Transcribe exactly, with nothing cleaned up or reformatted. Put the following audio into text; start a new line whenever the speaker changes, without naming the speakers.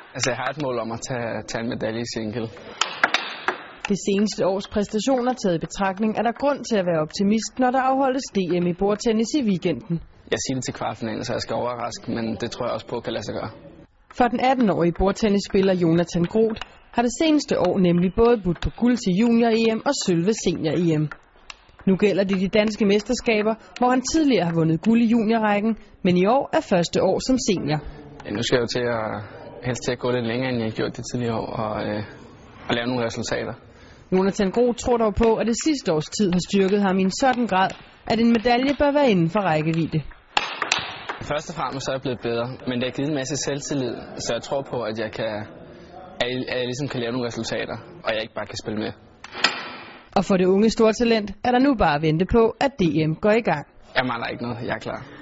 Altså, jeg har et mål om at tage, tage en medalje i single.
Det seneste års præstationer taget i betragtning, er der grund til at være optimist, når der afholdes D M i bordtennis i weekenden.
Jeg siger det til kvartfinalen, så jeg skal overraske, men det tror jeg også på kan lade sig gøre.
For den atten-årige bordtennisspiller Jonathan Groth har det seneste år nemlig både budt på guld til junior-E M og sølv ved senior-E M. Nu gælder det de danske mesterskaber, hvor han tidligere har vundet guld i juniorrækken, men i år er første år som senior.
Ja, nu skal jeg jo til at, helst til at gå lidt længere, end jeg har gjort det tidligere år, og, øh, og lave nogle resultater.
Jonathan Groth tror dog på, at det sidste års tid har styrket ham i en sådan grad, at en medalje bør være inden for rækkevidde.
Først og fremmest så er jeg blevet bedre, men det har givet en masse selvtillid, så jeg tror på, at jeg, kan, at jeg, at jeg ligesom kan lave nogle resultater, og jeg ikke bare kan spille med.
Og for det unge stortalent er der nu bare at vente på, at D M går i gang.
Jeg mangler ikke noget, jeg er klar.